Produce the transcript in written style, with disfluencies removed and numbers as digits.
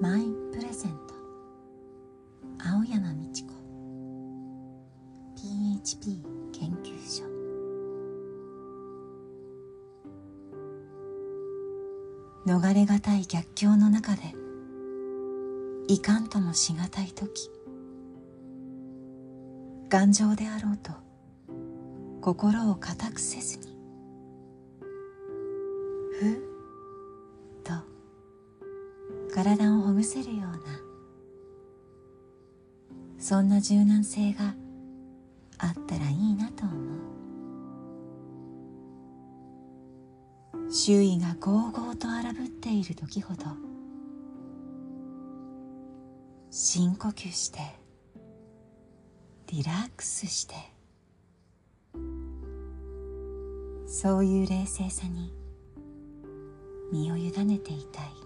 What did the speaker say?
マイプレゼント青山美智子 PHP 研究所。逃れがたい逆境の中でいかんともしがたいとき、頑丈であろうと心を固くせずにふっと体をほぐせるような、そんな柔軟性があったらいいなと思う。周囲がゴーゴーと荒ぶっている時ほど深呼吸してリラックスして、そういう冷静さに身を委ねていたい。